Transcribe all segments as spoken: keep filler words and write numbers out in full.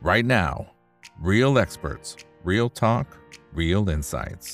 right now. Real experts, real talk, real insights.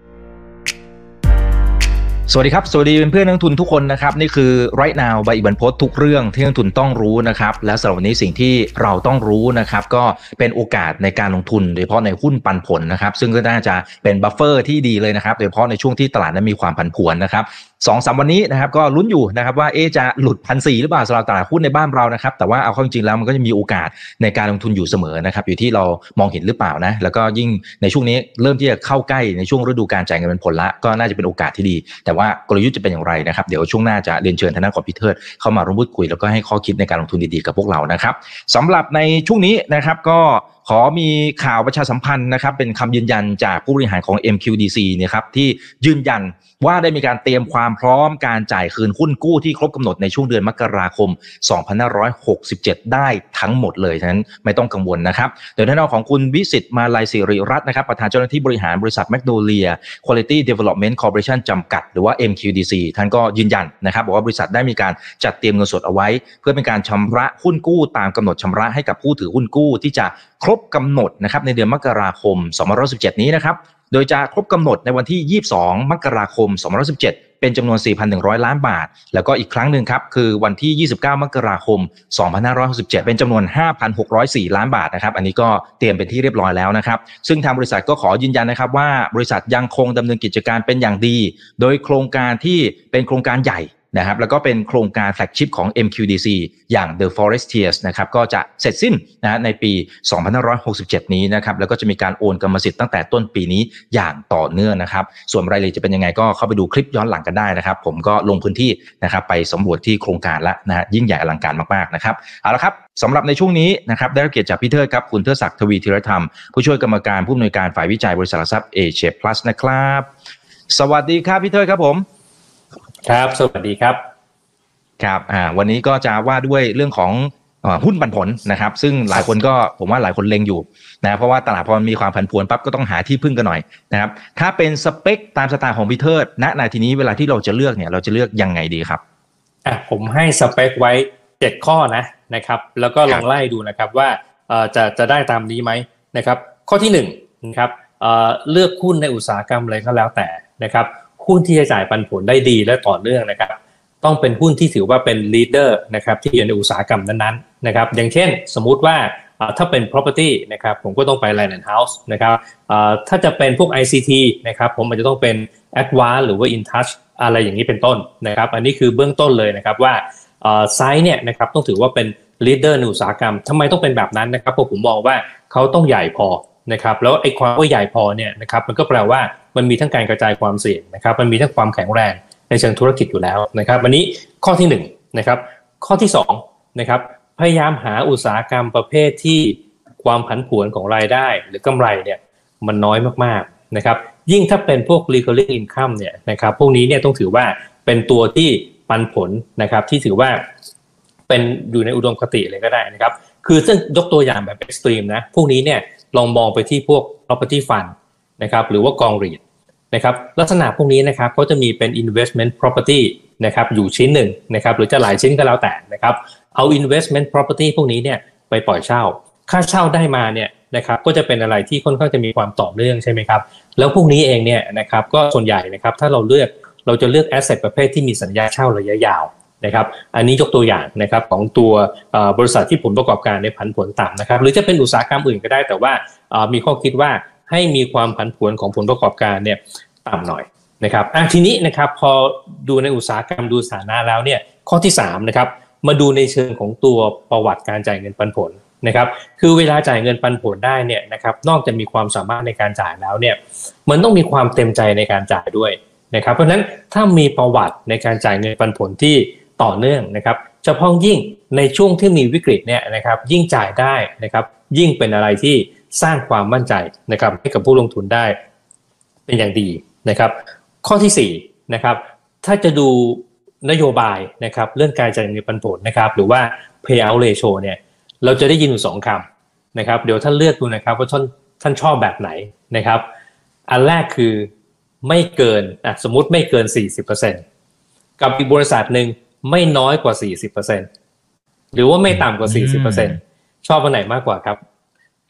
สวัสดีครับสวัสดีเพื่อนนักลงทุนทุกคนนะครับนี่คือ Right Now ใบอิบันพจน์ทุกเรื่องที่นักลงทุนต้องรู้นะครับและสำหรับวันนี้สิ่งที่เราต้องรู้นะครับก็เป็นโอกาสในการลงทุนโดยเฉพาะในหุ้นปันผลนะครับซึ่งก็น่าจะเป็นบัฟเฟอร์ที่ดีเลยนะครับโดยเฉพาะในช่วงที่ตลาดนั้นมีความผันผวนนะครับสองสามวันนี้นะครับก็ลุ้นอยู่นะครับว่าเอ๊ะจะหลุด หนึ่งพันสี่ร้อย หรือเปล่าสำหรับตลาดหุ้นในบ้านเรานะครับแต่ว่าเอาเข้าจริงๆแล้วมันก็จะมีโอกาสในการลงทุนอยู่เสมอนะครับอยู่ที่เรามองเห็นหรือเปล่านะแล้วก็ยิ่งในช่วงนี้เริ่มที่จะเข้าใกล้ในช่วงฤดูการจ่ายเงินปันผลละก็น่าจะเป็นโอกาสที่ดีแต่ว่ากลยุทธ์จะเป็นอย่างไรนะครับเดี๋ยวช่วงหน้าจะเรียนเชิญทางด้านของพี่เทิดเข้ามาร่วมพูดคุยแล้วก็ให้ข้อคิดในการลงทุนดีๆกับพวกเรานะครับสำหรับในช่วงนี้นะครับก็ขอมีข่าวประชาสัมพันธ์นะครับเป็นคำยืนยันจากผู้บริหารของ เอ็ม คิว ดี ซี นะครับที่ยืนยันว่าได้มีการเตรียมความพร้อมการจ่ายคืนหุ้นกู้ที่ครบกำหนดในช่วงเดือนมกราคมสองพันห้าร้อยหกสิบเจ็ดได้ทั้งหมดเลยฉะนั้นไม่ต้องกังวลนะครับโดยทางด้านของคุณวิสิทธิ์มาลัยศิริรัตน์นะครับประธานเจ้าหน้าที่บริหารบริษัท Magnolia Quality Development Corporation จำกัดหรือว่า เอ็ม คิว ดี ซี ท่านก็ยืนยันนะครับบอกว่าบริษัทได้มีการจัดเตรียมเงินสดเอาไว้เพื่อเป็นการชำระหุ้นกู้ตามกำหนดชำระให้กับผู้ถือหุ้นกู้ที่จะครบกำหนดนะครับในเดือนมกราคมสองพันห้าร้อยสิบเจ็ดนี้นะครับโดยจะครบกำหนดในวันที่ยี่สิบสองมกราคมสองพันห้าร้อยสิบเจ็ดเป็นจำนวน สี่พันหนึ่งร้อย ล้านบาทแล้วก็อีกครั้งหนึ่งครับคือวันที่ยี่สิบเก้ามกราคมสองพันห้าร้อยหกสิบเจ็ดเป็นจำนวน ห้าพันหกร้อยสี่ ล้านบาทนะครับอันนี้ก็เตรียมเป็นที่เรียบร้อยแล้วนะครับซึ่งทางบริษัทก็ขอยืนยันนะครับว่าบริษัทยังคงดำเนินกิจการเป็นอย่างดีโดยโครงการที่เป็นโครงการใหญ่นะครับแล้วก็เป็นโครงการแฟลกชิพของ เอ็ม คิว ดี ซี อย่าง The Forestiers นะครับก็จะเสร็จสิ้นนะในปีสองพันห้าร้อยหกสิบเจ็ดนี้นะครับแล้วก็จะมีการโอนกรรมสิทธิ์ตั้งแต่ต้นปีนี้อย่างต่อเนื่องนะครับส่วนรายละเอียดจะเป็นยังไงก็เข้าไปดูคลิปย้อนหลังกันได้นะครับผมก็ลงพื้นที่นะครับไปสำรวจที่โครงการแล้วนะยิ่งใหญ่อลังการมากๆนะครับเอาละครับสำหรับในช่วงนี้นะครับได้รับเกียรติจากพี่เทิดครับคุณเทิดศักดิ์ทวีธีรธรรมผู้ช่วยกรรมการผู้อำนวยการฝ่ายวิจัยบริษัทหลักทรัพย์เอเชียพลัสนะครับสวัสดีครับพี่เทิดครับผมครับสวัสดีครับครับอ่าวันนี้ก็จะว่าด้วยเรื่องของอ่าหุ้นปันผลนะครับซึ่งหลายคนก็ผมว่าหลายคนเล็งอยู่นะเพราะว่าตลาดพอมีความผันผวนปั๊บก็ต้องหาที่พึ่งกันหน่อยนะครับถ้าเป็นสเปคตามสไตล์ของพี่เทิดณนาทีนี้เวลาที่เราจะเลือกเนี่ยเราจะเลือกยังไงดีครับอ่ะผมให้สเปคไว้เจ็ดข้อนะนะครับแล้วก็ลองไล่ดูนะครับว่าเอ่อจะจะได้ตามนี้ไหมนะครับข้อที่หนึ่งนะครับเอ่อเลือกหุ้นในอุตสาหกรรมอะไรก็แล้วแต่นะครับหุ้นที่จะจ่ายปันผลได้ดีและต่อเนื่องนะครับต้องเป็นหุ้นที่ถือว่าเป็น leader นะครับที่อยู่ในอุตสาหกรรมนั้นๆนะครับอย่างเช่นสมมุติว่าถ้าเป็น property นะครับผมก็ต้องไป land and house นะครับถ้าจะเป็นพวก ไอ ซี ที นะครับผมอาจจะต้องเป็น advance หรือว่า intouch อะไรอย่างนี้เป็นต้นนะครับอันนี้คือเบื้องต้นเลยนะครับว่าไซส์เนี่ยนะครับต้องถือว่าเป็น leader ในอุตสาหกรรมทำไมต้องเป็นแบบนั้นนะครับเพราะผมมองว่าเขาต้องใหญ่พอนะครับแล้วไอ้ความว่าใหญ่พอเนี่ยนะครับมันก็แปลว่ามันมีทั้งการกระจายความเสี่ยงนะครับมันมีทั้งความแข็งแรงในเชิงธุรกิจอยู่แล้วนะครับวันนี้ข้อที่หนึ่งนะครับข้อที่สองนะครับพยายามหาอุตสาหกรรมประเภทที่ความผันผวนของรายได้หรือกำไรเนี่ยมันน้อยมากๆนะครับยิ่งถ้าเป็นพวก recurring income เนี่ยนะครับพวกนี้เนี่ยต้องถือว่าเป็นตัวที่ปันผลนะครับที่ถือว่าเป็นอยู่ในอุดมคติเลยก็ได้นะครับคือซึ่งยกตัวอย่างแบบ extreme นะพวกนี้เนี่ยลองมองไปที่พวก property fund นะครับหรือว่ากอง รีทนะครับลักษณะพวกนี้นะครับเขาจะมีเป็น investment property นะครับอยู่ชิ้นหนึ่งนะครับหรือจะหลายชิ้นก็แล้วแต่นะครับเอา investment property พวกนี้เนี่ยไปปล่อยเช่าค่าเช่าได้มาเนี่ยนะครับก็จะเป็นอะไรที่ค่อนข้างจะมีความต่อเนื่องใช่ไหมครับแล้วพวกนี้เองเนี่ยนะครับก็ส่วนใหญ่นะครับถ้าเราเลือกเราจะเลือก asset ประเภทที่มีสัญญาเช่าระยะยาวนะครับอันนี้ยกตัวอย่างนะครับของตัวบริษัทที่ผลประกอบการในผันผวนต่ำนะครับหรือจะเป็นอุตสาหกรรมอื่นก็ได้แต่ว่ามีข้อคิดว่าให้มีความผันผวนของผลประกอบการเนี่ยต่ำหน่อยนะครับอ่ะทีนี้นะครับพอดูในอุตสาหกรรมดูสถานะแล้วเนี่ยข้อที่สามนะครับมาดูในเชิงของตัวประวัติการจ่ายเงินปันผลนะครับคือเวลาจ่ายเงินปันผลได้เนี่ยนะครับนอกจากมีความสามารถในการจ่ายแล้วเนี่ยมันต้องมีความเต็มใจในการจ่ายด้วยนะครับเพราะฉะนั้นถ้ามีประวัติในการจ่ายเงินปันผลที่ต่อเนื่องนะครับเฉพาะยิ่งในช่วงที่มีวิกฤตเนี่ยนะครับยิ่งจ่ายได้นะครับยิ่งเป็นอะไรที่สร้างความมั่นใจนะครับให้กับผู้ลงทุนได้เป็นอย่างดีนะครับข้อที่สี่นะครับถ้าจะดูนโยบายนะครับเรื่องการจ่ายเงินปันผลนะครับหรือว่า payout ratio เนี่ยเราจะได้ยินอยู่สองคำนะครับเดี๋ยวท่านเลือกดูนะครับว่าท่านท่านชอบแบบไหนนะครับอันแรกคือไม่เกินอ่ะสมมุติไม่เกิน สี่สิบเปอร์เซ็นต์ กับอีกบริษัทนึงไม่น้อยกว่า สี่สิบเปอร์เซ็นต์ หรือว่าไม่ต่ำกว่า สี่สิบเปอร์เซ็นต์ ชอบอันไหนมากกว่าครับ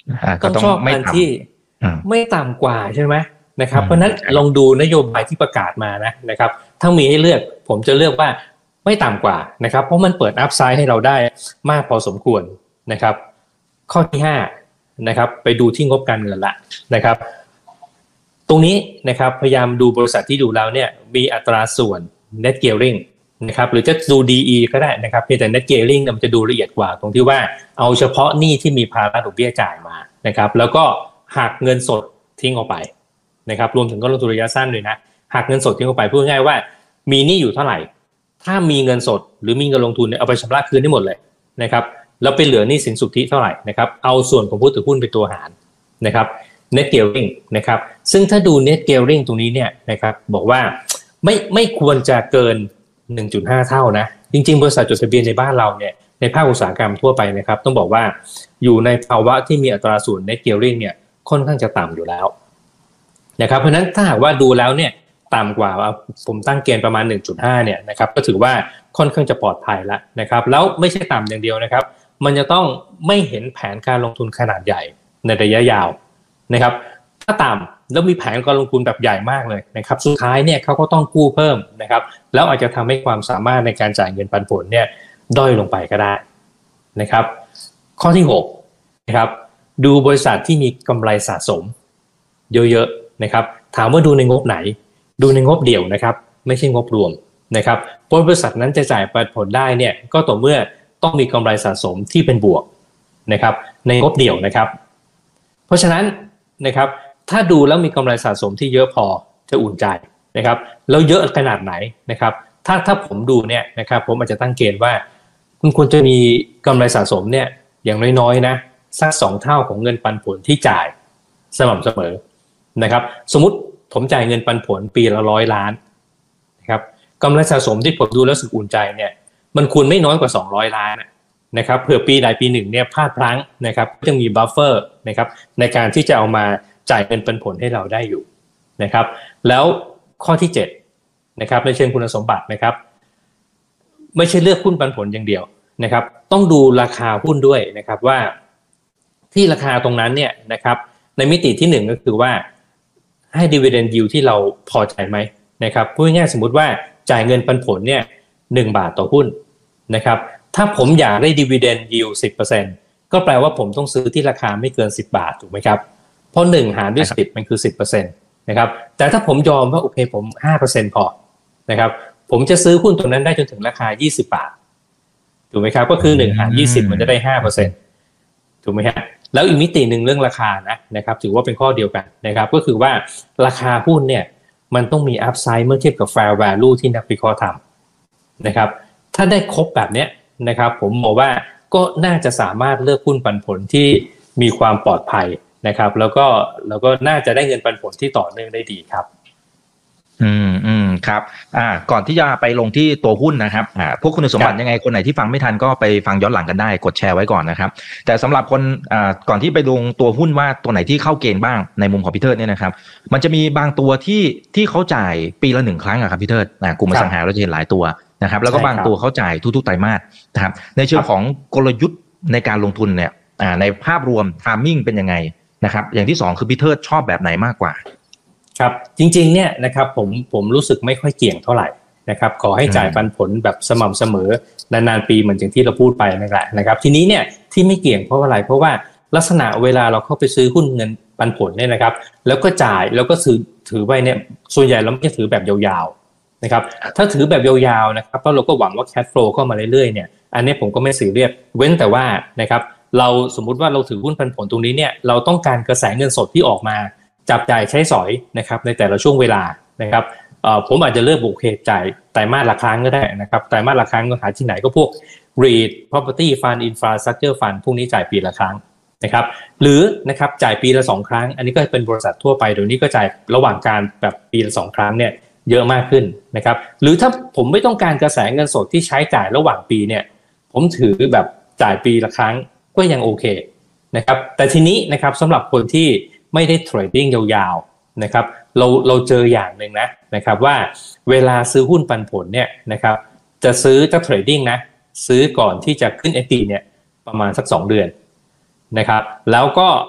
ต้องชอบอันที่ไม่ต่ำกว่าใช่ไหมนะครับเพราะนั้นลองดูนโยบายที่ประกาศมานะนะครับถ้ามีให้เลือกผมจะเลือกว่าไม่ต่ำกว่านะครับเพราะมันเปิดอัพไซด์ให้เราได้มากพอสมควรนะครับข้อที่ห้านะครับไปดูที่งบการเงินละนะครับตรงนี้นะครับพยายามดูบริษัทที่ดูแล้วเนี่ยมีอัตราส่วน net gearing นะครับหรือจะดู ดี อี ก็ได้นะครับเพียงแต่ net gearing มันจะดูละเอียดกว่าตรงที่ว่าเอาเฉพาะหนี้ที่มีภาระดอกเบี้ยจ่ายมานะครับแล้วก็หักเงินสดทิ้งออกไปนะครับรวมถึงก็ลงทุนระยะสั้นด้วยนะหักเงินสดทิ้งออกไปพูดง่ายว่ามีหนี้อยู่เท่าไหร่ถ้ามีเงินสดหรือมีเงินลงทุนเนี่ยเอาไปชำระคืนได้หมดเลยนะครับแล้วไปเหลือหนี้สินสุทธิเท่าไหร่นะครับเอาส่วนของผู้ถือหุ้นเป็นตัวหารนะครับ net gearing นะครับซึ่งถ้าดู net gearing ตรงนี้เนี่ยนะครับบอกว่าไม่ไม่ควรจะเกิน หนึ่งจุดห้า เท่านะจริงๆบริษัทจดทะเบียนในบ้านเราเนี่ยในภาคอุตสาหกรรมทั่วไปนะครับต้องบอกว่าอยู่ในภาวะที่มีอัตราส่วน net gearing เนี่ยค่อนข้างจะต่ำอยู่แล้วนะครับเพราะฉะนั้นถ้าหากว่าดูแล้วเนี่ยต่ำกว่าผมตั้งเกณฑ์ประมาณ หนึ่งจุดห้า เนี่ยนะครับก็ถือว่าค่อนข้างจะปลอดภัยแล้วนะครับแล้วไม่ใช่ต่ำอย่างเดียวนะครับมันจะต้องไม่เห็นแผนการลงทุนขนาดใหญ่ในระยะยาวนะครับถ้าต่ำแล้วมีแผนการลงทุนแบบใหญ่มากเลยนะครับสุดท้ายเนี่ยเขาก็ต้องกู้เพิ่มนะครับแล้วอาจจะทำให้ความสามารถในการจ่ายเงินปันผลเนี่ยด้อยลงไปก็ได้นะครับข้อที่หกนะครับดูบริษัทที่มีกำไรสะสมเยอะๆนะครับถามว่าดูในงบไหนดูในงบเดี่ยวนะครับไม่ใช่งบรวมนะครับเพราะบริษัทนั้นจะจ่ายปันผลได้เนี่ยก็ต่อเมื่อต้องมีกำไรสะสมที่เป็นบวกนะครับในงบเดี่ยวนะครับเพราะฉะนั้นนะครับถ้าดูแล้วมีกำไรสะสมที่เยอะพอจะอุ่นใจนะครับแล้วเยอะขนาดไหนนะครับถ้าถ้าผมดูเนี่ยนะครับผมอาจจะตั้งเกณฑ์ว่าคุณควรจะมีกำไรสะสมเนี่ยอย่างน้อยๆนะสักสองเท่าของเงินปันผลที่จ่ายสม่ำเสมอนะครับสมมุติผมจ่ายเงินปันผลปีละร้อยล้านนะครับกำไรสะสมที่ผมดูแล้วสึกอุ่นใจเนี่ยมันควรไม่น้อยกว่าสองร้อยล้านนะครับเผื่อปีใดปีหนึ่งเนี่ยพลาดพลั้งนะครับก็ยังมีบัฟเฟอร์นะครับในการที่จะเอามาจ่ายเงินปันผลให้เราได้อยู่นะครับแล้วข้อที่เจ็ดนะครับในเชิงคุณสมบัตินะครับไม่ใช่เลือกหุ้นปันผลอย่างเดียวนะครับต้องดูราคาหุ้นด้วยนะครับว่าที่ราคาตรงนั้นเนี่ยนะครับในมิติที่หนึ่งก็คือว่าให้ dividend yield ที่เราพอใจไหมนะครับพูดง่ายๆสมมุติว่าจ่ายเงินปันผลเนี่ยหนึ่งบาทต่อหุ้นนะครับถ้าผมอยากได้ dividend yield สิบเปอร์เซ็นต์ ก็แปลว่าผมต้องซื้อที่ราคาไม่เกินสิบบาทถูกไหมครับเพราะหนึ่งหารด้วยสิบมันคือ สิบเปอร์เซ็นต์ นะครับแต่ถ้าผมยอมว่าโอเคผม ห้าเปอร์เซ็นต์ พอนะครับผมจะซื้อหุ้นตัวนั้นได้จนถึงราคายี่สิบบาทถูกไหมครับก็คือหนึ่งหารยี่สิบมันจะได้ ห้าเปอร์เซ็นต์ ถูกไหมฮะแล้วอีกมิติหนึ่งเรื่องราคานะนะครับถือว่าเป็นข้อเดียวกันนะครับก็คือว่าราคาหุ้นเนี่ยมันต้องมีอัพไซด์เมื่อเทียบกับ fair value ที่นักวิเคราะห์ทำนะครับถ้าได้ครบแบบนี้นะครับผมมองว่าก็น่าจะสามารถเลือกหุ้นปันผลที่มีความปลอดภัยนะครับแล้วก็แล้วก็น่าจะได้เงินปันผลที่ต่อเนื่องได้ดีครับอืมอืมครับอ่าก่อนที่จะไปลงที่ตัวหุ้นนะครับอ่าพวกคุณสมบัติยังไงคนไหนที่ฟังไม่ทันก็ไปฟังย้อนหลังกันได้กดแชร์ไว้ก่อนนะครับแต่สำหรับคนอ่าก่อนที่ไปลงตัวหุ้นว่าตัวไหนที่เข้าเกณฑ์บ้างในมุมของพี่เทิดเนี่ยนะครับมันจะมีบางตัวที่ที่เขาจ่ายปีละหนึ่งครั้งอะครับพี่เทิดอ่ากลุ่มอสังหาเราจะเห็นหลายตัวนะครับแล้วก็บางตัวเขาจ่ายทุกๆไตรมาสนะครับในเชิงของกลยุทธ์ในการลงทุนเนี่ยอ่าในภาพรวม timing เป็นยังไงนะครับอย่างที่สองคือพี่เทิดชอบแบบไหนมากกว่าครับจริงๆเนี่ยนะครับผมผมรู้สึกไม่ค่อยเกี่ยงเท่าไหร่นะครับขอให้จ่ายปันผลแบบสม่ำเสมอนานๆปีเหมือนอย่างที่เราพูดไปนั่นแหละนะครับทีนี้เนี่ยที่ไม่เกี่ยงเพราะอะไรเพราะว่าลักษณะเวลาเราเข้าไปซื้อหุ้นเงินปันผลเนี่ยนะครับแล้วก็จ่ายแล้วก็ถือถือไว้เนี่ยส่วนใหญ่เราไม่จะถือแบบยาวๆนะครับถ้าถือแบบยาวๆนะครับเพราะเราก็หวังว่า cash flow เข้ามาเรื่อยๆเนี่ยอันนี้ผมก็ไม่ซีเรียสเว้นแต่ว่านะครับเราสมมุติว่าเราถือหุ้นปันผลตรงนี้เนี่ยเราต้องการกระแสเงินสดที่ออกมาจับจ่ายใช้สอยนะครับในแต่ละช่วงเวลานะครับเอ่อผมอาจจะเลือกโอเคจ่ายไตรมาสละครั้งก็ได้นะครับไตรมาสละครั้งก็หาที่ไหนก็พวก REIT Property Fund Infrastructure Fund พวกนี้จ่ายปีละครั้งนะครับหรือนะครับจ่ายปีละสองครั้งอันนี้ก็เป็นบริษัททั่วไปเดี๋ยวนี้ก็จ่ายระหว่างการแบบปีละสองครั้งเนี่ยเยอะมากขึ้นนะครับหรือถ้าผมไม่ต้องการกระแสเงินสดที่ใช้จ่ายระหว่างปีเนี่ยผมถือแบบจ่ายปีละครั้งก็ยังโอเคนะครับแต่ทีนี้นะครับสำหรับคนที่ไม่ได้เทรดดิ้งยาวๆนะครับเราเราเจออย่างหนึ่งนะนะครับว่าเวลาซื้อหุ้นปันผลเนี่ยนะครับจะซื้อจะเทรดดิ้งนะซื้อก่อนที่จะขึ้น เอ ที เนี่ยประมาณสักสองเดือนนะครับแล้วก็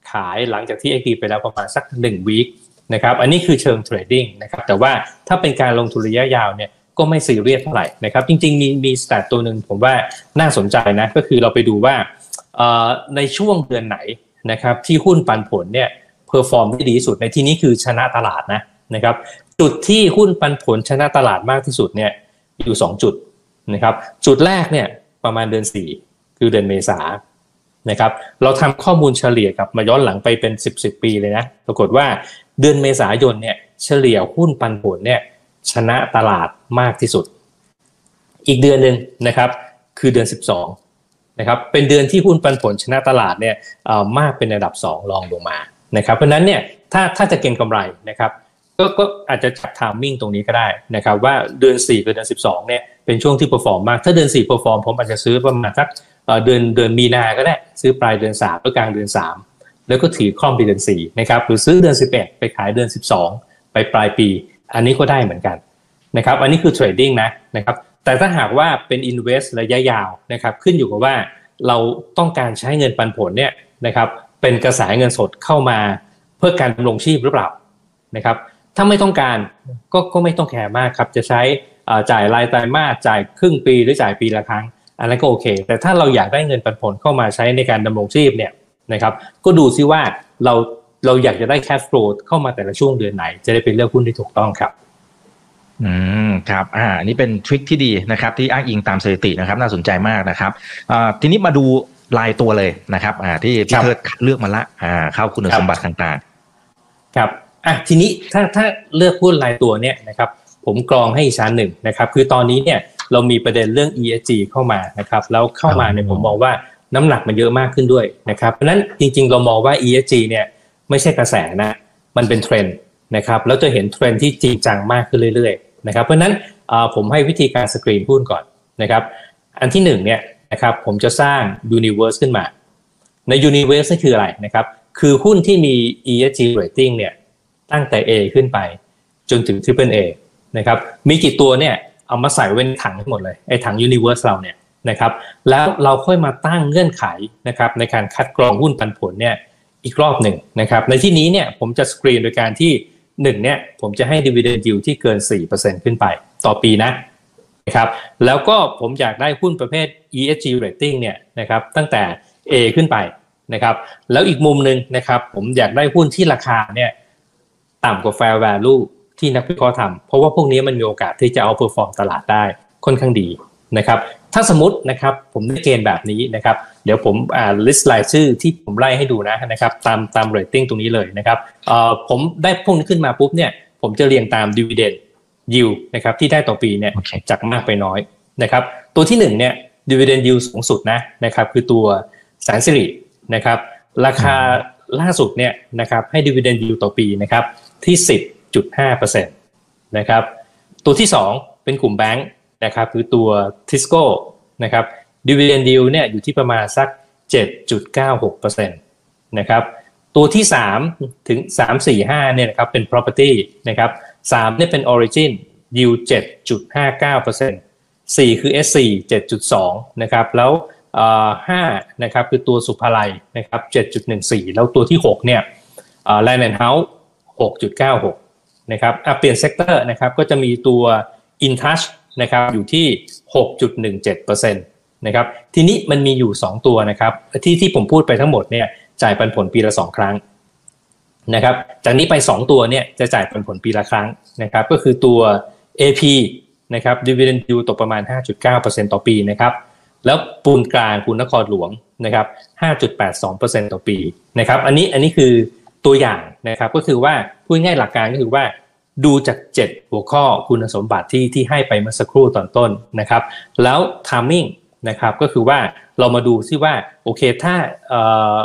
ขายหลังจากที่ เอ็กซ์ พี ไปแล้วประมาณสักหนึ่งวีคนะครับอันนี้คือเชิงเทรดดิ้งนะครับแต่ว่าถ้าเป็นการลงทุนระยะยาวเนี่ยก็ไม่ซีเรียสเท่าไหร่นะครับจริงๆมีมีสแตทตัวนึงผมว่าน่าสนใจนะก็คือเราไปดูว่าในช่วงเดือนไหนนะครับที่หุ้นปันผลเนี่ยเพอร์ฟอร์มได้ดีที่สุดในที่นี้คือชนะตลาดนะนะครับจุดที่หุ้นปันผลชนะตลาดมากที่สุดเนี่ยอยู่สองจุดนะครับจุดแรกเนี่ยประมาณเดือนสี่คือเดือนเมษานะครับเราทำข้อมูลเฉลี่ยกับมาย้อนหลังไปเป็นสิบ สิบปีเลยนะปรากฏว่าเดือนเมษายนเนี่ยเฉลี่ยหุ้นปันผลเนี่ยชนะตลาดมากที่สุดอีกเดือนนึงนะครับคือเดือนสิบสองนะครับเป็นเดือนที่หุ้นปันผลชนะตลาดเนี่ยเอ่อมากเป็นระดับสองรองลงมานะครับเพราะนั้นเนี่ยถ้าถ้าจะเก็งกำไรนะครับก็ก็อาจจะจับไทมิ่งตรงนี้ก็ได้นะครับว่าเดือนสี่กับเดือนสิบสองเนี่ยเป็นช่วงที่เปอร์ฟอร์มมากถ้าเดือนสี่เปอร์ฟอร์มผมอาจจะซื้อประมาณสักเอ่อเดือนเดือนมีนาก็ได้ซื้อปลายเดือนสามหรือกลางเดือนสามแล้วก็ถือคล่อมไปเดือนสี่นะครับหรือซื้อเดือนสิบเอ็ดไปขายเดือนสิบสองไปปลายปีอันนี้ก็ได้เหมือนกันนะครับอันนี้คือเทรดดิ้งนะนะครับแต่ถ้าหากว่าเป็น invest ระยะยาวนะครับขึ้นอยู่กับว่าเราต้องการใช้เงินปันผลเนี่ยนะครับเป็นกระแสเงินสดเข้ามาเพื่อการดำรงชีพหรือเปล่านะครับถ้าไม่ต้องการก็ก็ไม่ต้องแคร์มากครับจะใช้จ่ายรายไตรมาสจ่ายครึ่งปีหรือจ่ายปีละครั้งอันนั้นก็โอเคแต่ถ้าเราอยากได้เงินปันผลเข้ามาใช้ในการดำรงชีพเนี่ยนะครับก็ดูซิว่าเราเราอยากจะได้ cash flow เข้ามาแต่ละช่วงเดือนไหนจะได้เป็นเลือกหุ้นที่ถูกต้องครับอืมครับอ่านี่เป็นทริคที่ดีนะครับที่อ้างอิงตามสถิตินะครับน่าสนใจมากนะครับอ่าทีนี้มาดูรายตัวเลยนะครับอ่าที่พี่เทิดเลือกมาละอ่าเข้าคุณสมบัติต่างๆครับอ่ะทีนี้ถ้าถ้าเลือกหุ้นรายตัวเนี่ยนะครับผมกรองให้อีกชั้นหนึ่งนะครับคือตอนนี้เนี่ยเรามีประเด็นเรื่อง อี เอส จี เข้ามานะครับแล้วเข้ามาเนี่ยผมมองว่าน้ำหนักมันเยอะมากขึ้นด้วยนะครับเพราะฉะนั้นจริงๆเรามองว่า อี เอส จี เนี่ยไม่ใช่กระแสนะมันเป็นเทรนด์นะครับแล้วจะเห็นเทรนด์ที่จริงจังมากขึ้นเรื่อยๆนะครับเพราะฉะนั้นผมให้วิธีการสกรีนหุ้นก่อนนะครับอันที่หนึ่งเนี่ยนะครับผมจะสร้าง Universe ขึ้นมาใน Universe นี่คืออะไรนะครับคือหุ้นที่มี อี เอส จี rating เนี่ยตั้งแต่ A ขึ้นไปจนถึง Triple A นะครับมีกี่ตัวเนี่ยเอามาใส่ไว้ในถังทั้งหมดเลยไอ้ถัง Universe เราเนี่ยนะครับแล้วเราค่อยมาตั้งเงื่อนไขนะครับในการคัดกรองหุ้นปันผลเนี่ยอีกรอบหนึ่งนะครับในที่นี้เนี่ยผมจะสกรีนโดยการที่หนึ่งเนี่ยผมจะให้ dividend yield ที่เกิน สี่เปอร์เซ็นต์ ขึ้นไปต่อปีนะนะครับแล้วก็ผมอยากได้หุ้นประเภท อี เอส จี rating เนี่ยนะครับตั้งแต่ A ขึ้นไปนะครับแล้วอีกมุมนึงนะครับผมอยากได้หุ้นที่ราคาเนี่ยต่ำกว่า fair value ที่นักวิเคราะห์ทำเพราะว่าพวกนี้มันมีโอกาสที่จะเอา perform ตลาดได้ค่อนข้างดีนะครับถ้าสมมตินะครับผมได้เกณฑ์แบบนี้นะครับเดี๋ยวผมอ่า list รายชื่อที่ผมไล่ให้ดูนะนะครับตามตาม rating ตรงนี้เลยนะครับเอ่อผมได้พวกนี้ขึ้นมาปุ๊บเนี่ยผมจะเรียงตาม dividend yield นะครับที่ได้ต่อปีเนี่ย okay. จากมากไปน้อยนะครับตัวที่หนึ่งเนี่ย dividend yield สูงสุดนะนะครับคือตัวแสนสิรินะครับราคาล่าสุดเนี่ยนะครับให้ dividend yield ต่อปีนะครับที่ สิบจุดห้าเปอร์เซ็นต์ นะครับตัวที่สองเป็นกลุ่มแบงค์นะครับคือตัว Tisco นะครับ dividend yield เนี่ยอยู่ที่ประมาณสัก เจ็ดจุดเก้าหกเปอร์เซ็นต์ นะครับตัวที่สามถึงสาม สี่ ห้าเนี่ยนะครับเป็น property นะครับสามเนี่ยเป็น origin yield เจ็ดจุดห้าเก้าเปอร์เซ็นต์ สี่คือ เอส สี่ เจ็ดจุดสอง นะครับแล้วเอ่อห้านะครับคือตัวสุภาลัยนะครับ เจ็ดจุดหนึ่งสี่ แล้วตัวที่หกเนี่ยเอ่อ Land and House หกจุดเก้าหก นะครับอ่ะเปลี่ยนเซกเตอร์นะครับก็จะมีตัว InTouch นะครับอยู่ที่ หกจุดหนึ่งเจ็ดเปอร์เซ็นต์ นะครับทีนี้มันมีอยู่สองตัวนะครับที่ที่ผมพูดไปทั้งหมดเนี่ยจ่ายปันผลปีละสองครั้งนะครับจากนี้ไปสองตัวเนี่ยจะจ่ายปันผลปีละครั้งนะครับก็คือตัว เอ พี นะครับ Dividend Yield ตกประมาณ ห้าจุดเก้าเปอร์เซ็นต์ ต่อปีนะครับแล้วปูนกลางปูนนครหลวงนะครับ ห้าจุดแปดสองเปอร์เซ็นต์ ต่อปีนะครับอันนี้อันนี้คือตัวอย่างนะครับก็คือว่าพูดง่ายหลักการก็คือว่าดูจากเจ็ดหัวข้อคุณสมบัติที่ที่ให้ไปเมื่อสักครู่ตอนต้นนะครับแล้ว timing นะครับก็คือว่าเรามาดูซิว่าโอเคถ้าเอ่อ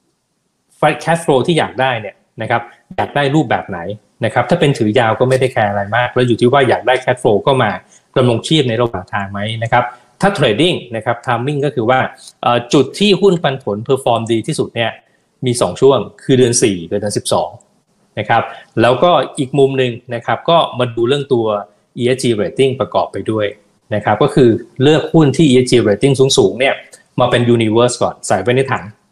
cash flow ที่อยากได้เนี่ยนะครับอยากได้รูปแบบไหนนะครับถ้าเป็นถือยาวก็ไม่ได้แคร์อะไรมากแล้วอยู่ที่ว่าอยากได้ cash flow ก็มาดำรงชีพในระหว่างทางไหมนะครับถ้า trading นะครับ timing ก็คือว่าจุดที่หุ้นปันผล perform ดีที่สุดเนี่ยมีสองช่วงคือเดือนสี่กับเดือนสิบสองนะครับแล้วก็อีกมุมนึงนะครับก็มาดูเรื่องตัว อี เอส จี rating ประกอบไปด้วยนะครับก็คือเลือกหุ้นที่ อี เอส จี rating สูงๆเนี่ยมาเป็น universe ก่อนใส่ไว้ในถัง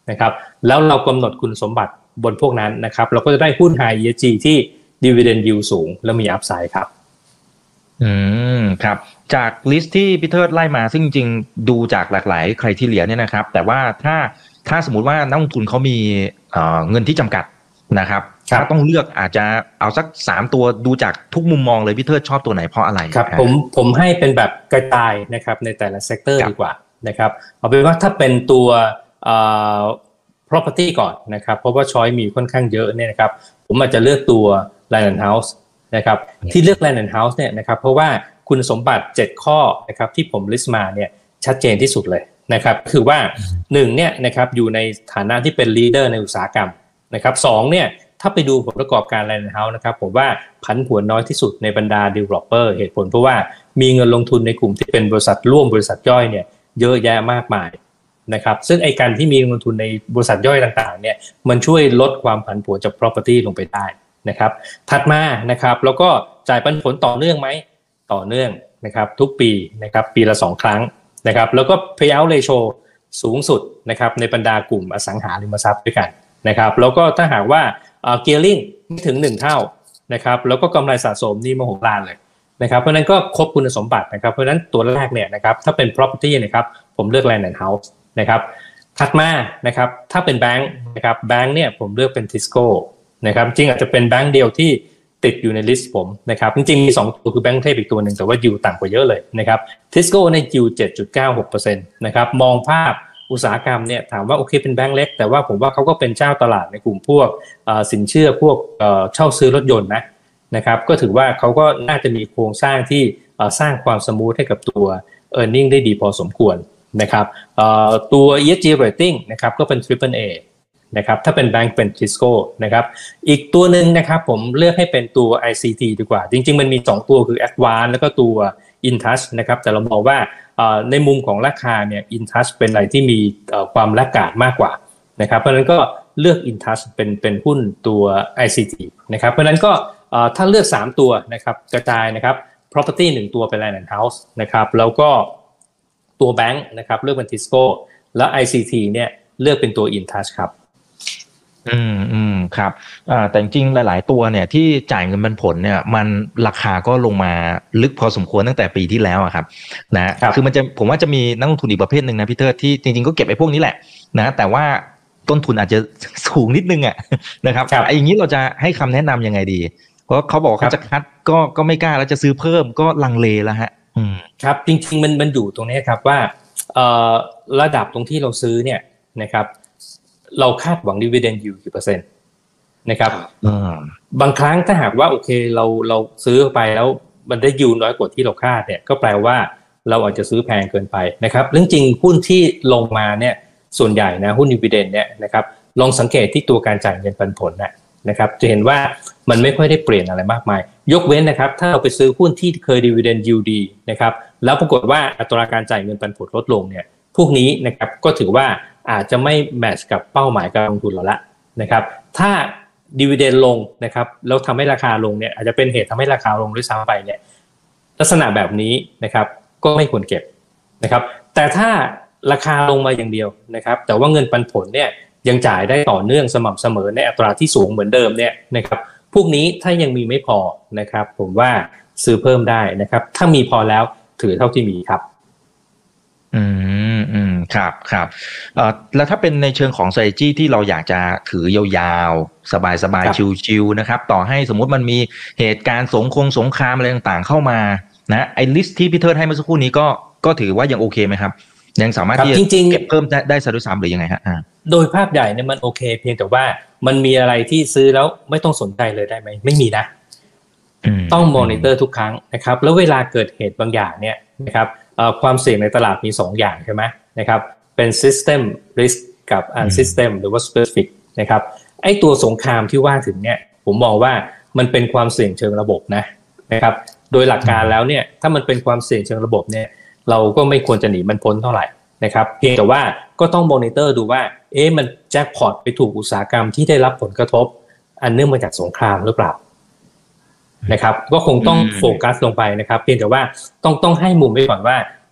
นะครับแล้วเรากำหนดคุณสมบัติบนพวกนั้นนะครับเราก็จะได้หุ้น High อี เอส จี ที่ Dividend Yield สูงและมี Upside ครับอืมครับจากลิสต์ที่พี่เทิดไล่มาซึ่งจริงๆดูจากหลากหลายไครทีเรียเนี่ยนะครับแต่ว่าถ้าถ้าสมมุติว่านักลงทุนเขามีเอ่อเงินที่จำกัดนะครับถ้าต้องเลือกอาจจะเอาสักสามตัวดูจากทุกมุมมองเลยพี่เทิดชอบตัวไหนเพราะอะไรครับผมผมให้เป็นแบบกระจายนะครับในแต่ละเซกเตอร์ดีกว่านะครับเอาเป็นว่าถ้าเป็นตัวเอ่อ property ก่อนนะครับเพราะว่าช้อยมีค่อนข้างเยอะเนี่ยนะครับผมอาจจะเลือกตัว Land and House นะครับที่เลือก Land and House เนี่ยนะครับเพราะว่าคุณสมบัติเจ็ดข้อนะครับที่ผมลิสต์มาเนี่ยชัดเจนที่สุดเลยนะครับคือว่าหนึ่งเนี่ยนะครับอยู่ในฐานะที่เป็น leader ในอุตสาหกรรมนะครับสองเนี่ยถ้าไปดูผลประกอบการ Land and House นะครับผมว่าผันผวนน้อยที่สุดในบรรดา developer เหตุผลเพราะว่ามีเงินลงทุนในกลุ่มที่เป็นบริษัทร่วมบริษัทย่อยเนี่ยเยอะแยะมากมายนะครับซึ่งไอ้การที่มีเงินลงทุนในบริษัทย่อยต่างๆเนี่ยมันช่วยลดความผันผวนจาก property ลงไปได้นะครับถัดมานะครับแล้วก็จ่ายปันผลต่อเนื่องไหมต่อเนื่องนะครับทุกปีนะครับปีละสองครั้งนะครับแล้วก็ payout ratio สูงสุดนะครับในบรรดากลุ่มอสังหาริมทรัพย์ด้วยกันนะครับแล้วก็ถ้าหากว่าเอ่อ gearing ไม่ถึงหนึ่งเท่านะครับแล้วก็กำไรสะสมนี่มโหฬารเลยนะครับเพราะนั้นก็ครบคุณสมบัตินะครับเพราะนั้นตัวแรกเนี่ยนะครับถ้าเป็น property นะครับผมเลือก Land and House นะครับถัดมานะครับถ้าเป็นแบงค์นะครับแบงค์เนี่ยผมเลือกเป็น Tisco นะครับจริงอาจจะเป็นแบงค์เดียวที่ติดอยู่ในลิสต์ผมนะครับจริงๆมีสองตัวคือแบงค์เทพอีกตัวหนึ่งแต่ว่ายิวต่ำกว่าเยอะเลยนะครับ Tisco ในยิว เจ็ดจุดเก้าหกเปอร์เซ็นต์ นะครับมองภาพอุตสาหกรรมเนี่ยถามว่าโอเคเป็นแบงค์เล็กแต่ว่าผมว่าเขาก็เป็นเจ้าตลาดในกลุ่มพวกสินเชื่อพวกเช่าซื้อรถยนต์นะนะครับก็ถือว่าเขาก็น่าจะมีโครงสร้างที่สร้างความสมูทให้กับตัว earning ได้ดีพอสมควรนะครับตัว อี เอส จี rating นะครับก็เป็น Triple A นะครับถ้าเป็นแบงค์เป็น Tisco นะครับอีกตัวหนึ่งนะครับผมเลือกให้เป็นตัว ไอ ซี ที ดีกว่าจริงๆมันมีสองตัวคือ Advance แล้วก็ตัว InTouch นะครับแต่เรามองว่าในมุมของราคาเนี่ย InTouch เป็นอะไรที่มีความแลกขาดมากกว่านะครับเพราะฉะนั้นก็เลือก InTouch เป็นเป็นหุ้นตัว ไอ ซี ที นะครับเพราะฉะนั้นก็ถ้าเลือกสามตัวนะครับกระจายนะครับ property หนึ่งตัวเป็น Land and House นะครับแล้วก็ตัวแบงค์นะครับเลือกเป็น Tisco แล้ว ไอ ซี ที เนี่ยเลือกเป็นตัว InTouch ครับอืมอืมครับอ่าแต่จริงๆหลายๆตัวเนี่ยที่จ่ายเงินปันผลเนี่ยมันราคาก็ลงมาลึกพอสมควรตั้งแต่ปีที่แล้วอะครับนะคือมันจะผมว่าจะมีนักลงทุนอีกประเภทหนึ่งนะพี่เทิดที่จริงๆก็เก็บไอ้พวกนี้แหละนะแต่ว่าต้นทุนอาจจะสูงนิดนึงอ่ะนะครับไอ้อย่างนี้เราจะให้คำแนะนำยังไงดีเพราะเขาบอกเขาจะคัดก็ก็ไม่กล้าแล้วจะซื้อเพิ่มก็ลังเลแล้วฮะอืมครับจริงๆมันมันอยู่ตรงนี้ครับว่าเอ่อระดับตรงที่เราซื้อเนี่ยนะครับเราคาดหวัง dividend yield กี่เปอร์เซ็นต์นะครับบางครั้งถ้าหากว่าโอเคเราเราซื้อไปแล้วมันได้ yield น้อยกว่าที่เราคาดเนี่ยก็แปลว่าเราอาจจะซื้อแพงเกินไปนะครับเรื่องจริงหุ้นที่ลงมาเนี่ยส่วนใหญ่นะหุ้น dividend เนี่ยนะครับลองสังเกตที่ตัวการจ่ายเงินปันผลนะนะครับจะเห็นว่ามันไม่ค่อยได้เปลี่ยนอะไรมากมายยกเว้นนะครับถ้าเราไปซื้อหุ้นที่เคย dividend yield ดีนะครับแล้วปรากฏว่าอัตราการจ่ายเงินปันผลลดลงเนี่ยพวกนี้นะครับก็ถือว่าอาจจะไม่แมทช์กับเป้าหมายการลงทุนเราละนะครับถ้า dividend ลงนะครับแล้วทำให้ราคาลงเนี่ยอาจจะเป็นเหตุทำให้ราคาลงด้วยซ้ำไปเนี่ยลักษณะแบบนี้นะครับก็ไม่ควรเก็บนะครับแต่ถ้าราคาลงมาอย่างเดียวนะครับแต่ว่าเงินปันผลเนี่ยยังจ่ายได้ต่อเนื่องสม่ำเสมอในอัตราที่สูงเหมือนเดิมเนี่ยนะครับพวกนี้ถ้ายังมีไม่พอนะครับผมว่าซื้อเพิ่มได้นะครับถ้ามีพอแล้วถือเท่าที่มีครับอืมอืมครับครับเอ่อแล้วถ้าเป็นในเชิงของ strategy ที่เราอยากจะถือยาวๆสบายๆชิลๆนะครับต่อให้สมมุติมันมีเหตุการณ์สงคงสงครามอะไรต่างๆเข้ามานะไอ้ลิสต์ที่พี่เทิดให้เมื่อสักครู่นี้ก็ก็ถือว่ายังโอเคไหมครับยังสามารถที่จะเก็บเพิ่มได้ซะด้วยซ้ำหรือยังไงฮะโดยภาพใหญ่เนี่ยมันโอเคเพียงแต่ว่ามันมีอะไรที่ซื้อแล้วไม่ต้องสนใจเลยได้ไหมไม่มีนะต้องมอนิเตอร์ทุกครั้งนะครับแล้วเวลาเกิดเหตุบางอย่างเนี่ยนะครับความเสี่ยงในตลาดมีสองอย่างใช่ไหมนะครับเป็น system risk กับ unsystem หรือว่า specific นะครับไอ้ตัวสงครามที่ว่าถึงเนี่ยผมมองว่ามันเป็นความเสี่ยงเชิงระบบนะนะครับโดยหลักการแล้วเนี่ยถ้ามันเป็นความเสี่ยงเชิงระบบเนี่ยเราก็ไม่ควรจะหนีมันพ้นเท่าไหร่นะครับเพียงแต่ว่าก็ต้องมอนิเตอร์ดูว่าเอ๊ะมันแจ็คพอตไปถูกอุตสาหกรรมที่ได้รับผลกระทบอันเนื่องมาจากสงครามหรือเปล่านะครับก็คงต้องโฟกัสลงไปนะครับเพียงแต่ว่าต้องต้องให้มุมไว้ก่อนว่า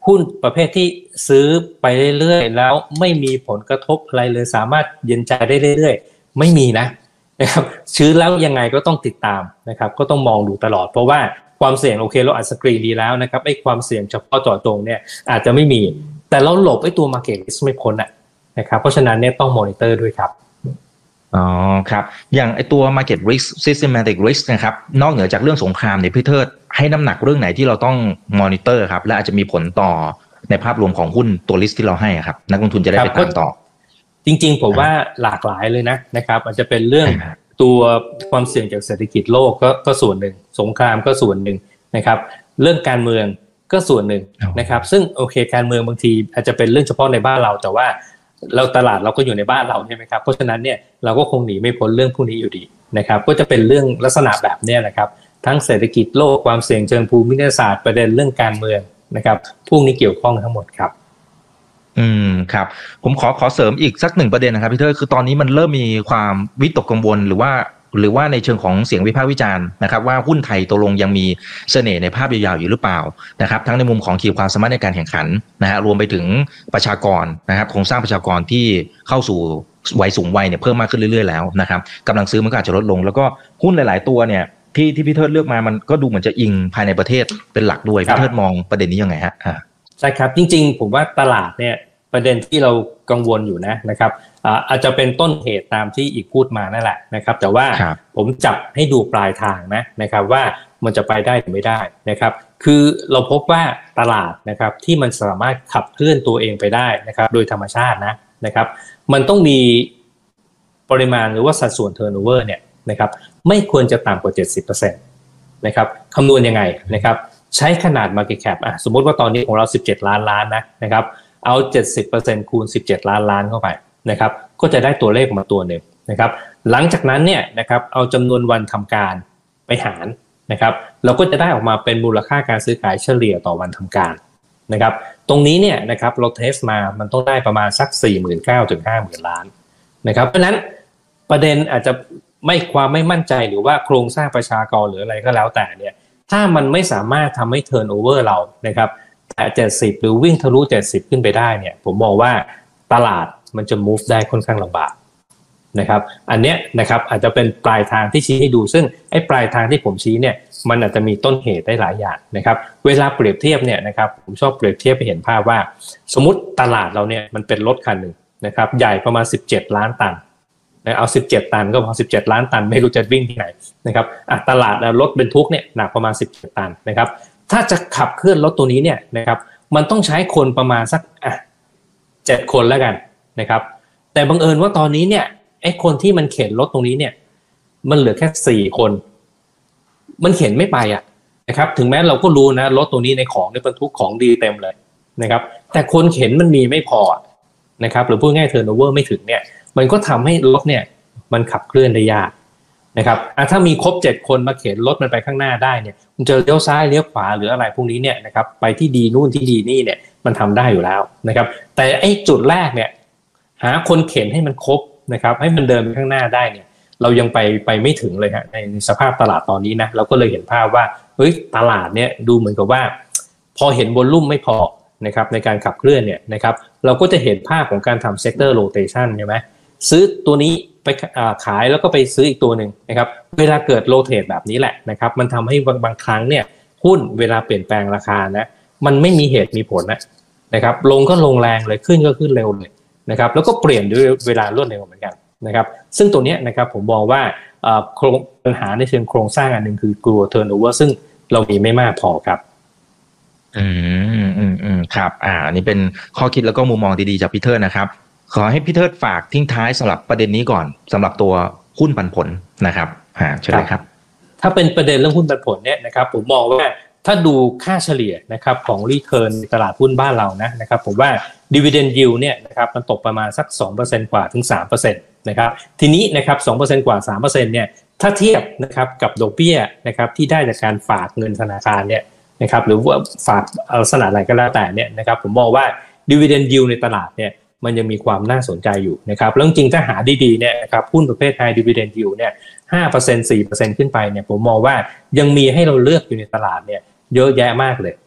หุ้นประเภทที่ซื้อไปเรื่อยๆแล้วไม่มีผลกระทบอะไรเลยสามารถเย็นใจได้เรื่อยๆไม่มีนะนะครับซื้อแล้วยังไงก็ต้องติดตามนะครับก็ต้องมองดูตลอดเพราะว่าความเสี่ยงโอเคเราอัดสกรีนดีแล้วนะครับไอ้ความเสี่ยงเฉพาะเจาะจงเนี่ยอาจจะไม่มีแต่เราหลบไอ้ตัว market risk ไม่พ้นอ่ะนะครับเพราะฉะนั้นเนี่ยต้องมอนิเตอร์ด้วยครับอ๋อครับอย่างไอตัว market risk systematic risk นะครับนอกเหนือจากเรื่องสงครามเนี่ยพี่เทิดให้น้ำหนักเรื่องไหนที่เราต้องมอนิเตอร์ครับและอาจจะมีผลต่อในภาพรวมของหุ้นตัว list ที่เราให้ครับนักลงทุนจะได้ไปตามต่อจริงๆผมว่าหลากหลายเลยนะนะครับอาจจะเป็นเรื่องตัวความเสี่ยงจากเศรษฐกิจโลกก็ก็ส่วนหนึ่งสงครามก็ส่วนหนึ่งนะครับเรื่องการเมืองก็ส่วนหนึ่งนะครับซึ่งโอเคการเมืองบางทีอาจจะเป็นเรื่องเฉพาะในบ้านเราแต่ว่าเราตลาดเราก็อยู่ในบ้านเราใช่ไหมครับเพราะฉะนั้นเนี่ยเราก็คงหนีไม่พ้นเรื่องพวกนี้อยู่ดีนะครับก็จะเป็นเรื่องลักษณะแบบนี้นะครับทั้งเศรษฐกิจโลกความเสี่ยงเชิงภูมิศาสตร์ประเด็นเรื่องการเมืองนะครับพวกนี้เกี่ยวข้องทั้งหมดครับอืมครับผมขอขอเสริมอีกสักหนึ่งประเด็นนะครับพี่เทิดคือตอนนี้มันเริ่มมีความวิตกกังวลหรือว่าหรือว่าในเชิงของเสียงวิพากษ์วิจารณ์นะครับว่าหุ้นไทยตกลงยังมีเสน่ห์ในภาพยาวๆอยู่หรือเปล่านะครับทั้งในมุมของขีดความสามารถในการแข่งขันนะฮะรวมไปถึงประชากรนะครับโครงสร้างประชากรที่เข้าสู่วัยสูงวัยเนี่ยเพิ่มมากขึ้นเรื่อยๆแล้วนะครับกำลังซื้อมันก็อาจจะลดลงแล้วก็หุ้นหลายๆตัวเนี่ยที่ที่พี่เทิดเลือกมามันก็ดูเหมือนจะอิงภายในประเทศเป็นหลักด้วยพี่เทิดมองประเด็นนี้ยังไงฮะใช่ครับจริงๆผมว่าตลาดเนี่ยประเด็นที่เรากังวลอยู่นะนะครับอาจจะเป็นต้นเหตุตามที่อีกพูดมานั่นแหละนะครับแต่ว่าผมจับให้ดูปลายทางนะนะครับว่ามันจะไปได้หรือไม่ได้นะครับคือเราพบว่าตลาดนะครับที่มันสามารถขับเคลื่อนตัวเองไปได้นะครับโดยธรรมชาตินะนะครับมันต้องมีปริมาณหรือว่าสัดส่วน turnover เนี่ยนะครับไม่ควรจะต่ำกว่า เจ็ดสิบเปอร์เซ็นต์ นะครับคำนวณยังไงนะครับใช้ขนาด market cap อ่ะสมมติว่าตอนนี้ของเราสิบเจ็ดล้านล้านนะนะครับเอา เจ็ดสิบเปอร์เซ็นต์ คูณสิบเจ็ดล้านล้านเข้าไปนะครับก็จะได้ตัวเลขมาตัวหนึ่งนะครับหลังจากนั้นเนี่ยนะครับเอาจำนวนวันทำการไปหารนะครับเราก็จะได้ออกมาเป็นมูลค่าการซื้อขายเฉลี่ยต่อวันทำการนะครับตรงนี้เนี่ยนะครับเราเทสมามันต้องได้ประมาณสัก สี่หมื่นเก้าพัน ถึง ห้าหมื่น ล้านนะครับเพราะฉะนั้นประเด็นอาจจะไม่ความไม่มั่นใจหรือว่าโครงสร้างประชากรหรืออะไรก็แล้วแต่เนี่ยถ้ามันไม่สามารถทำให้ turnover เรานะครับแต่เจ็ดสิบหรือวิ่งทะลุเจ็ดสิบขึ้นไปได้เนี่ยผมมองว่าตลาดมันจะ move ได้ค่อนข้างลำบากนะครับอันเนี้ยนะครับอาจจะเป็นปลายทางที่ชี้ให้ดูซึ่งไอ้ปลายทางที่ผมชี้เนี่ยมันอาจจะมีต้นเหตุได้หลายอย่างนะครับเวลาเปรียบเทียบเนี่ยนะครับผมชอบเปรียบเทียบไปเห็นภาพว่าสมมุติตลาดเราเนี่ยมันเป็นรถคันหนึ่งนะครับใหญ่ประมาณสิบเจ็ดล้านตันนะเอาสิบเจ็ดตันก็พอสิบเจ็ดล้านตันไม่รู้จะวิ่งที่ไหนนะครับอ่ะตลาดรถบรรทุกเนี่ยหนักประมาณสิบเจ็ดตันนะครับถ้าจะขับเคลื่อนรถตัวนี้เนี่ยนะครับมันต้องใช้คนประมาณสักอ่ะเจ็ดคนแล้วกันนะครับแต่บังเอิญว่าตอนนี้เนี่ยไอ้คนที่มันเข็นรถตรงนี้เนี่ยมันเหลือแค่สี่คนมันเข็นไม่ไปอ่ะนะครับถึงแม้เราก็รู้นะรถตัวนี้ในของในบรรทุกของดีเต็มเลยนะครับแต่คนเข็นมันมีไม่พอนะครับหรือพูดง่ายๆ turnover ไม่ถึงเนี่ยมันก็ทำให้รถเนี่ยมันขับเคลื่อนได้ยากนะครับอ่ะถ้ามีครบเจ็ดคนมาเข็นรถมันไปข้างหน้าได้เนี่ยมันจะเลี้ยวซ้ายเลี้ยวขวาหรืออะไรพวกนี้เนี่ยนะครับไปที่ดีนู่นที่ดีนี่เนี่ยมันทำได้อยู่แล้วนะครับแต่ไอ้จุดแรกเนี่ยหาคนเข็นให้มันครบนะครับให้มันเดินไปข้างหน้าได้เนี่ยเรายังไปไปไม่ถึงเลยฮะในสภาพตลาดตอนนี้นะเราก็เลยเห็นภาพว่าเฮ้ยตลาดเนี่ยดูเหมือนกับว่าพอเห็นวอลลุ่มไม่พอนะครับในการขับเคลื่อนเนี่ยนะครับเราก็จะเห็นภาพของการทำ sector rotation ใช่ไหมซื้อตัวนี้ไปขายแล้วก็ไปซื้ออีกตัวหนึ่งนะครับเวลาเกิดโรเทตแบบนี้แหละนะครับมันทำให้บางครั้งเนี่ยหุ้นเวลาเปลี่ยนแปลงราคานะมันไม่มีเหตุมีผลนะนะครับลงก็ลงแรงเลยขึ้นก็ขึ้นเร็วเลยนะครับแล้วก็เปลี่ยนด้วยเวลารวดเร็วเหมือนกันนะครับซึ่งตัวนี้นะครับผมมองว่าปัญหาในเชิงโครงสร้างอันหนึ่งคือกลัว turnover ซึ่งเรามีไม่มากพอครับอืมอืมอืมครับอ่าอันนี้เป็นข้อคิดแล้วก็มุมมองดีๆจากพี่เทิดนะครับขอให้พี่เทิดฝากทิ้งท้ายสำหรับประเด็นนี้ก่อนสำหรับตัวหุ้นปันผลนะครับอ่าเชิญเลยครับถ้าเป็นประเด็นเรื่องหุ้นปันผลเนี่ยนะครับผมมองว่าถ้าดูค่าเฉลี่ยนะครับของรีเทิร์นในตลาดหุ้นบ้านเรานะนะครับผมว่า dividend yield เนี่ยนะครับมันตกประมาณสัก สองเปอร์เซ็นต์ กว่าถึง สามเปอร์เซ็นต์ นะครับทีนี้นะครับ สองเปอร์เซ็นต์ กว่า สามเปอร์เซ็นต์ เนี่ยถ้าเทียบนะครับกับดอกเบี้ยนะครับที่ได้จากการฝากเงินธนาคารเนี่ยนะครับหรือว่าฝากลักษณะอะไรก็แล้วแต่เนี่ยนะครับผมมองว่า dividend yield ในตลาดเนี่ยมันยังมีความน่าสนใจอยู่นะครับแล้วจริงถ้าหาดีๆเนี่ยนะครับหุ้นประเภท high dividend yield เนี่ย ห้าเปอร์เซ็นต์ สี่เปอร์เซ็นต์ ขึ้นไปเนี่ยผมมองว่ายังมีให้เราเลือกอยู่ในตลาดเนี่ยเยอะแยะมากเลย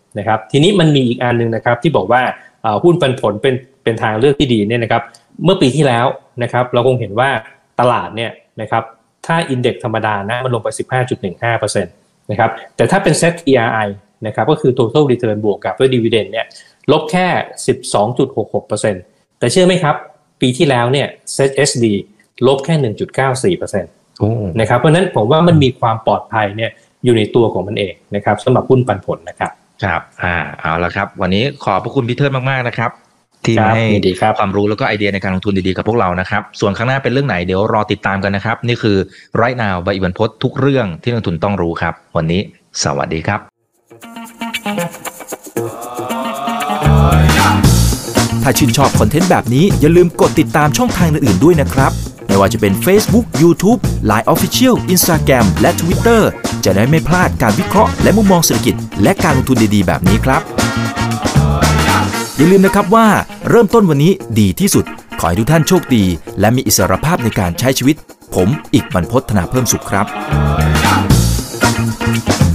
นะครับทีนี้มันมีอีกอันนึงนะครับที่บอกว่าหุ้นปันผลเป็นเป็นทางเลือกที่ดีเนี่ยนะครับเมื่อปีที่แล้วนะครับเราคงเห็นว่าตลาดเนี่ยนะครับถ้าอินเด็กซ์ธรรมดานะมันลงไป สิบห้าจุดหนึ่งห้าเปอร์เซ็นต์ นะครับแต่ถ้าเป็น เซ็ต ที อาร์ ไอ นะครับก็คือ total return บวกกับด้วย dividend เนี่ยลบแค่ สิบสองจุดหกหกเปอร์เซ็นต์ แต่เชื่อไหมครับปีที่แล้วเนี่ย เซ็ต เอส ดี ลบแค่ หนึ่งจุดเก้าสี่เปอร์เซ็นต์ นะครับเพราะนั้นผมว่ามันมีความปลอดภัยเนี่ยอยู่ในตัวของมันเองนะครับสำหรับหุ้นปันผลนะครับครับอ่าเอาละครับวันนี้ขอบพระคุณพี่เทิดมากๆนะครับที่ให้ความรู้แล้วก็ไอเดียในการลงทุนดีๆกับพวกเรานะครับส่วนข้างหน้าเป็นเรื่องไหนเดี๋ยวรอติดตามกันนะครับนี่คือ Right Now ใบอิบันพจน์ทุกเรื่องที่นักลงทุนต้องรู้ครับวันนี้สวัสดีครับถ้าชื่นชอบคอนเทนต์แบบนี้อย่าลืมกดติดตามช่องทางอื่นๆด้วยนะครับไม่ว่าจะเป็น Facebook, YouTube, ไลน์ Official, Instagram และ Twitter จะได้ไม่พลาดการวิเคราะห์และมุมมองเศรษฐกิจและการลงทุนดีๆแบบนี้ครับอย่าลืมนะครับว่าเริ่มต้นวันนี้ดีที่สุดขอให้ทุกท่านโชคดีและมีอิสรภาพในการใช้ชีวิตผมอีกบรรพต ธนาเพิ่มสุขครับ